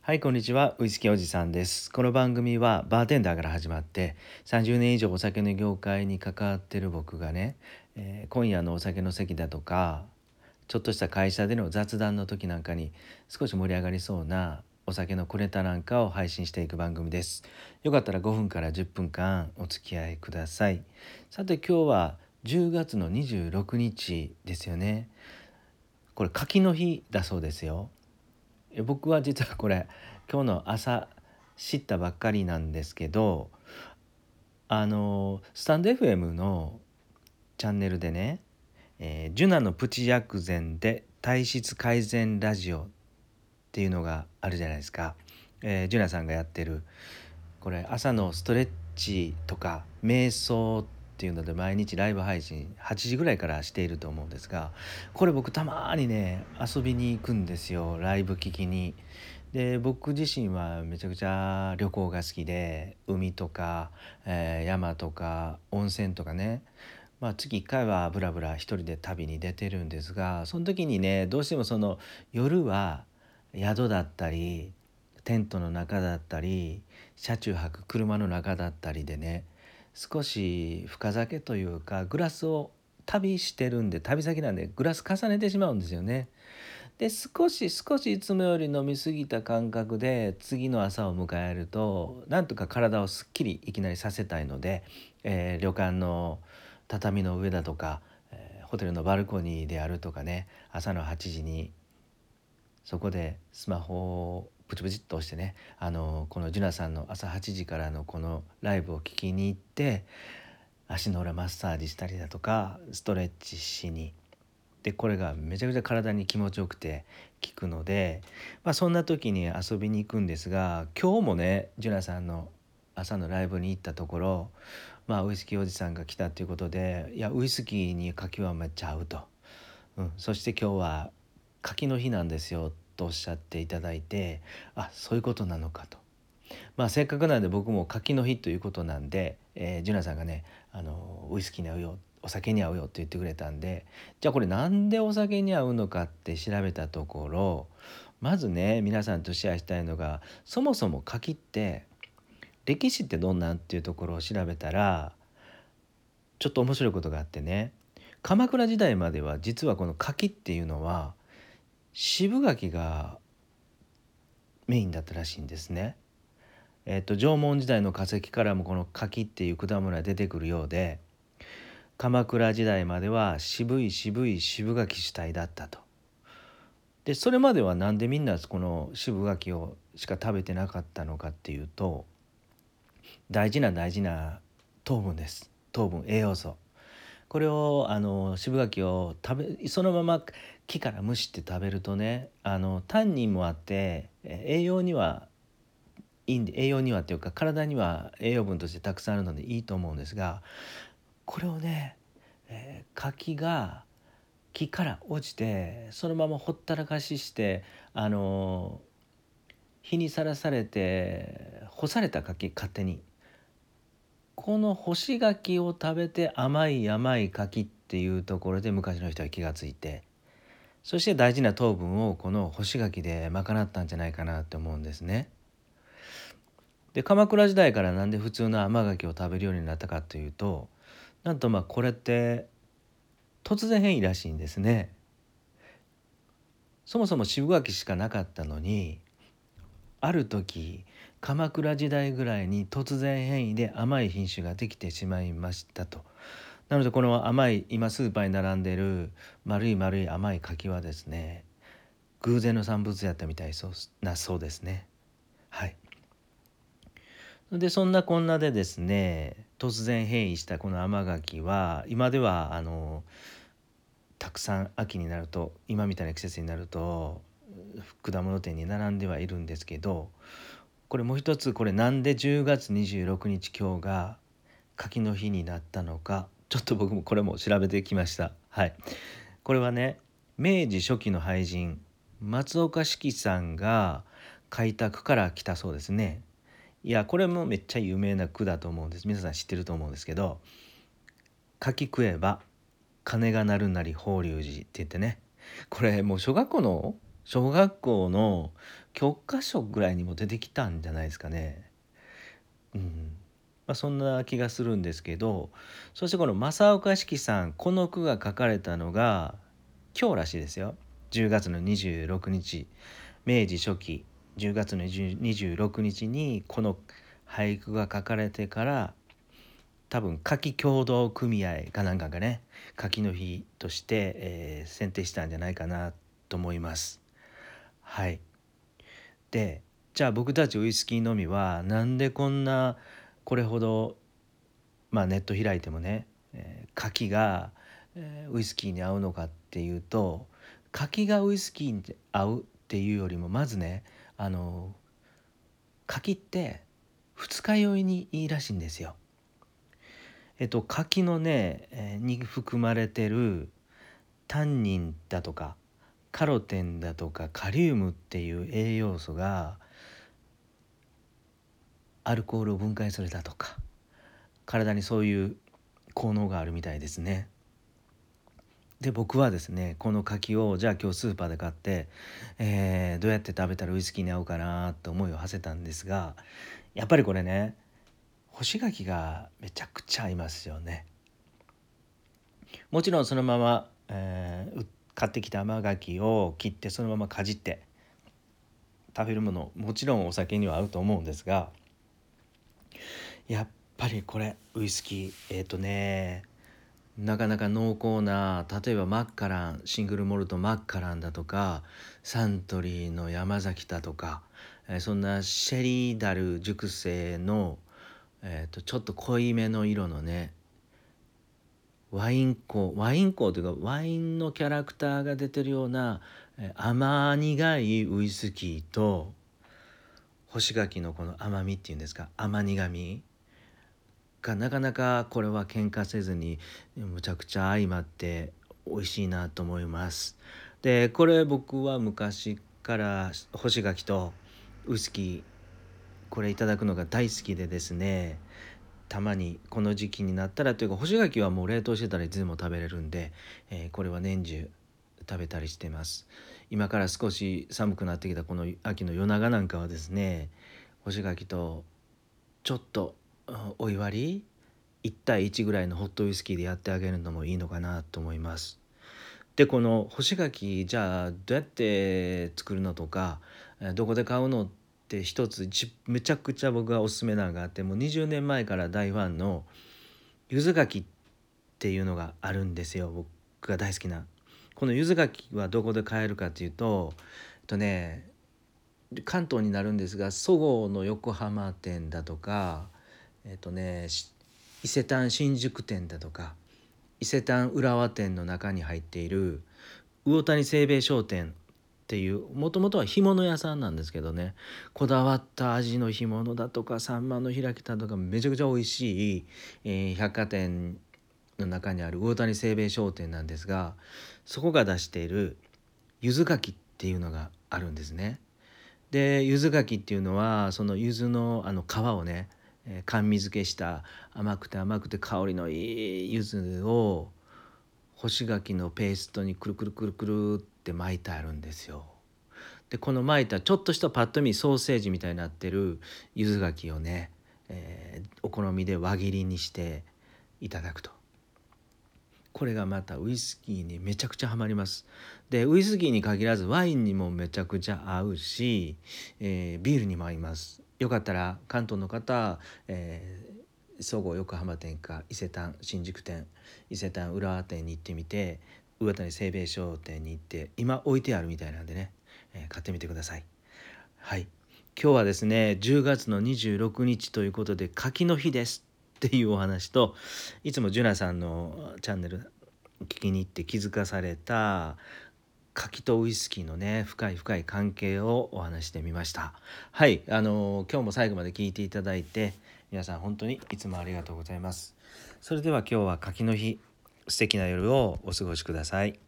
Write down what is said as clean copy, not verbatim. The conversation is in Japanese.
はい、こんにちは。ウイスキーおじさんです。この番組はバーテンダーから始まって30年以上お酒の業界に関わってる僕がね、今夜のお酒の席だとかちょっとした会社での雑談の時なんかに少し盛り上がりそうなお酒の小ネタなんかを配信していく番組です。よかったら5分から10分間お付き合いください。さて今日は10月の26日ですよね。これ柿の日だそうですよ。僕は実はこれ今日の朝知ったばっかりなんですけど、スタンド FM のチャンネルでね、ジュナのプチ薬膳で体質改善ラジオっていうのがあるじゃないですか。ジュナさんがやってるこれ朝のストレッチとか瞑想っていうので毎日ライブ配信8時ぐらいからしていると思うんですが、これ僕たまにね遊びに行くんですよ、ライブ聞きに。で僕自身はめちゃくちゃ旅行が好きで海とか、山とか温泉とかね、月1回はブラブラ一人で旅に出てるんですが、その時にねどうしてもその夜は宿だったりテントの中だったり車中泊車の中だったりでね、少し深酒というかグラスを旅してるんで、旅先なんでグラス重ねてしまうんですよね。で少しいつもより飲み過ぎた感覚で次の朝を迎えるとなんとか体をすっきりいきなりさせたいので、旅館の畳の上だとか、ホテルのバルコニーであるとかね、朝の8時にそこでスマホをプチプチっと押してね、このジュナさんの朝8時からのこのライブを聞きに行って足の裏マッサージしたりだとかストレッチしに、でこれがめちゃくちゃ体に気持ちよくて効くので、そんな時に遊びに行くんですが、今日もねジュナさんの朝のライブに行ったところ、ウイスキーおじさんが来たということで、いやウイスキーに柿はめっちゃ合うと、そして今日は柿の日なんですよとおっしゃっていただいて、そういうことなのかと。せっかくなんで僕も柿の日ということなんで、ジュナさんがねウイスキーに合うよお酒に合うよって言ってくれたんで、じゃあこれなんでお酒に合うのかって調べたところ、まずね皆さんとシェアしたいのが、そもそも柿って歴史ってどんなんっていうところを調べたらちょっと面白いことがあってね、鎌倉時代までは実はこの柿っていうのは渋柿がメインだったらしいんですね。縄文時代の化石からもこの柿っていう果物が出てくるようで、鎌倉時代までは渋い渋い渋柿主体だったと。でそれまではなんでみんなこの渋柿をしか食べてなかったのかっていうと、大事な糖分です。糖分、栄養素、これを渋柿をそのまま木から蒸して食べるとね、タンニンもあって栄養にはっていうか体には栄養分としてたくさんあるのでいいと思うんですが、これをね、柿が木から落ちてそのままほったらかしして日にさらされて干された柿、勝手にこの干し柿を食べて甘い甘い柿っていうところで昔の人は気がついて、そして大事な糖分をこの干し柿で賄ったんじゃないかなって思うんですね。で鎌倉時代からなんで普通の甘柿を食べるようになったかというと、なんとこれって突然変異らしいんですね。そもそも渋柿しかなかったのに、ある時鎌倉時代ぐらいに突然変異で甘い品種ができてしまいましたと。なのでこの甘い今スーパーに並んでいる丸い丸い甘い柿はですね、偶然の産物やったみたいそうですね。はい。でそんなこんなでですね、突然変異したこの甘柿は今ではたくさん秋になると、今みたいな季節になると果物店に並んではいるんですけど、これもう一つ、これなんで10月26日今日が柿の日になったのか、ちょっと僕もこれも調べてきました。はい。これはね、明治初期の俳人松岡子規さんが書いた句から来たそうですね。いやこれもめっちゃ有名な句だと思うんです。皆さん知ってると思うんですけど、柿食えば鐘が鳴るなり法隆寺って言ってね、これもう小学校の教科書ぐらいにも出てきたんじゃないですかね。そんな気がするんですけど、そしてこの正岡子規さん、この句が書かれたのが今日らしいですよ。10月の26日、明治初期10月の26日にこの俳句が書かれてから、多分柿協同組合かなんかがね、柿の日として、選定したんじゃないかなと思います。はい。で、じゃあ僕たちウイスキー飲みはなんでこんなこれほど、ネット開いてもね、柿が、ウイスキーに合うのかっていうと、柿がウイスキーに合うっていうよりも、まずね、柿って二日酔いにいいらしいんですよ。柿のね、に含まれてるタンニンだとかカロテンだとかカリウムっていう栄養素がアルコールを分解するだとか、体にそういう効能があるみたいですね。で、僕はですね、この柿をじゃあ今日スーパーで買って、どうやって食べたらウイスキーに合うかなと思いを馳せたんですが、やっぱりこれね、干し柿がめちゃくちゃ合いますよね。もちろんそのまま、買ってきた甘柿を切ってそのままかじって食べるもの、もちろんお酒には合うと思うんですが、やっぱりこれウイスキー、なかなか濃厚な、例えばマッカラン、シングルモルトマッカランだとか、サントリーの山崎だとか、そんなシェリーダル熟成の、ちょっと濃いめの色のね、ワイン香というかワインのキャラクターが出てるような、甘苦いウイスキーと干し柿のこの甘みっていうんですか、甘苦みがなかなかこれは喧嘩せずにむちゃくちゃ相まって美味しいなと思います。で、これ僕は昔から干し柿とウイスキーこれいただくのが大好きでですね、たまにこの時期になったら、というか干し柿はもう冷凍してたらいつでも食べれるんで、これは年中食べたりしてます。今から少し寒くなってきたこの秋の夜長なんかはですね、干し柿とちょっとお湯割り1対1ぐらいのホットウイスキーでやってあげるのもいいのかなと思います。で、この干し柿じゃあどうやって作るのとか、どこで買うのって一つめちゃくちゃ僕がおすすめなのがあって、もう20年前から大ファンの柚子柿っていうのがあるんですよ。僕が大好きなこの柚子柿はどこで買えるかっていうと、関東になるんですが、そごうの横浜店だとか、伊勢丹新宿店だとか伊勢丹浦和店の中に入っている魚谷製兵衛商店っていう、もともとは干物屋さんなんですけどね、こだわった味の干物だとかサンマの開きだとかめちゃくちゃ美味しい、百貨店の中にある魚谷製兵衛商店なんですが、そこが出している柚子柿っていうのがあるんですね。で、柚子柿っていうのはその柚子の皮をね、甘味付けした甘くて甘くて香りのいい柚子を干し柿のペーストにくるくるくるくるって巻いてあるんですよ。で、この巻いたちょっとしたパッと見ソーセージみたいになってる柚子柿をね、お好みで輪切りにしていただくと、これがまたウイスキーにめちゃくちゃハマります。で、ウイスキーに限らずワインにもめちゃくちゃ合うし、ビールにも合います。よかったら関東の方、そごう横浜店か伊勢丹新宿店、伊勢丹浦和店に行ってみて、魚谷製兵衛商店に行って今置いてあるみたいなんでね、買ってみてください。はい、今日はですね10月の26日ということで柿の日ですっていうお話と、いつもジュナさんのチャンネル聞きに行って気づかされた柿とウイスキーのね深い深い関係をお話してみました。はい、今日も最後まで聞いていただいて皆さん本当にいつもありがとうございます。それでは今日は柿の日、素敵な夜をお過ごしください。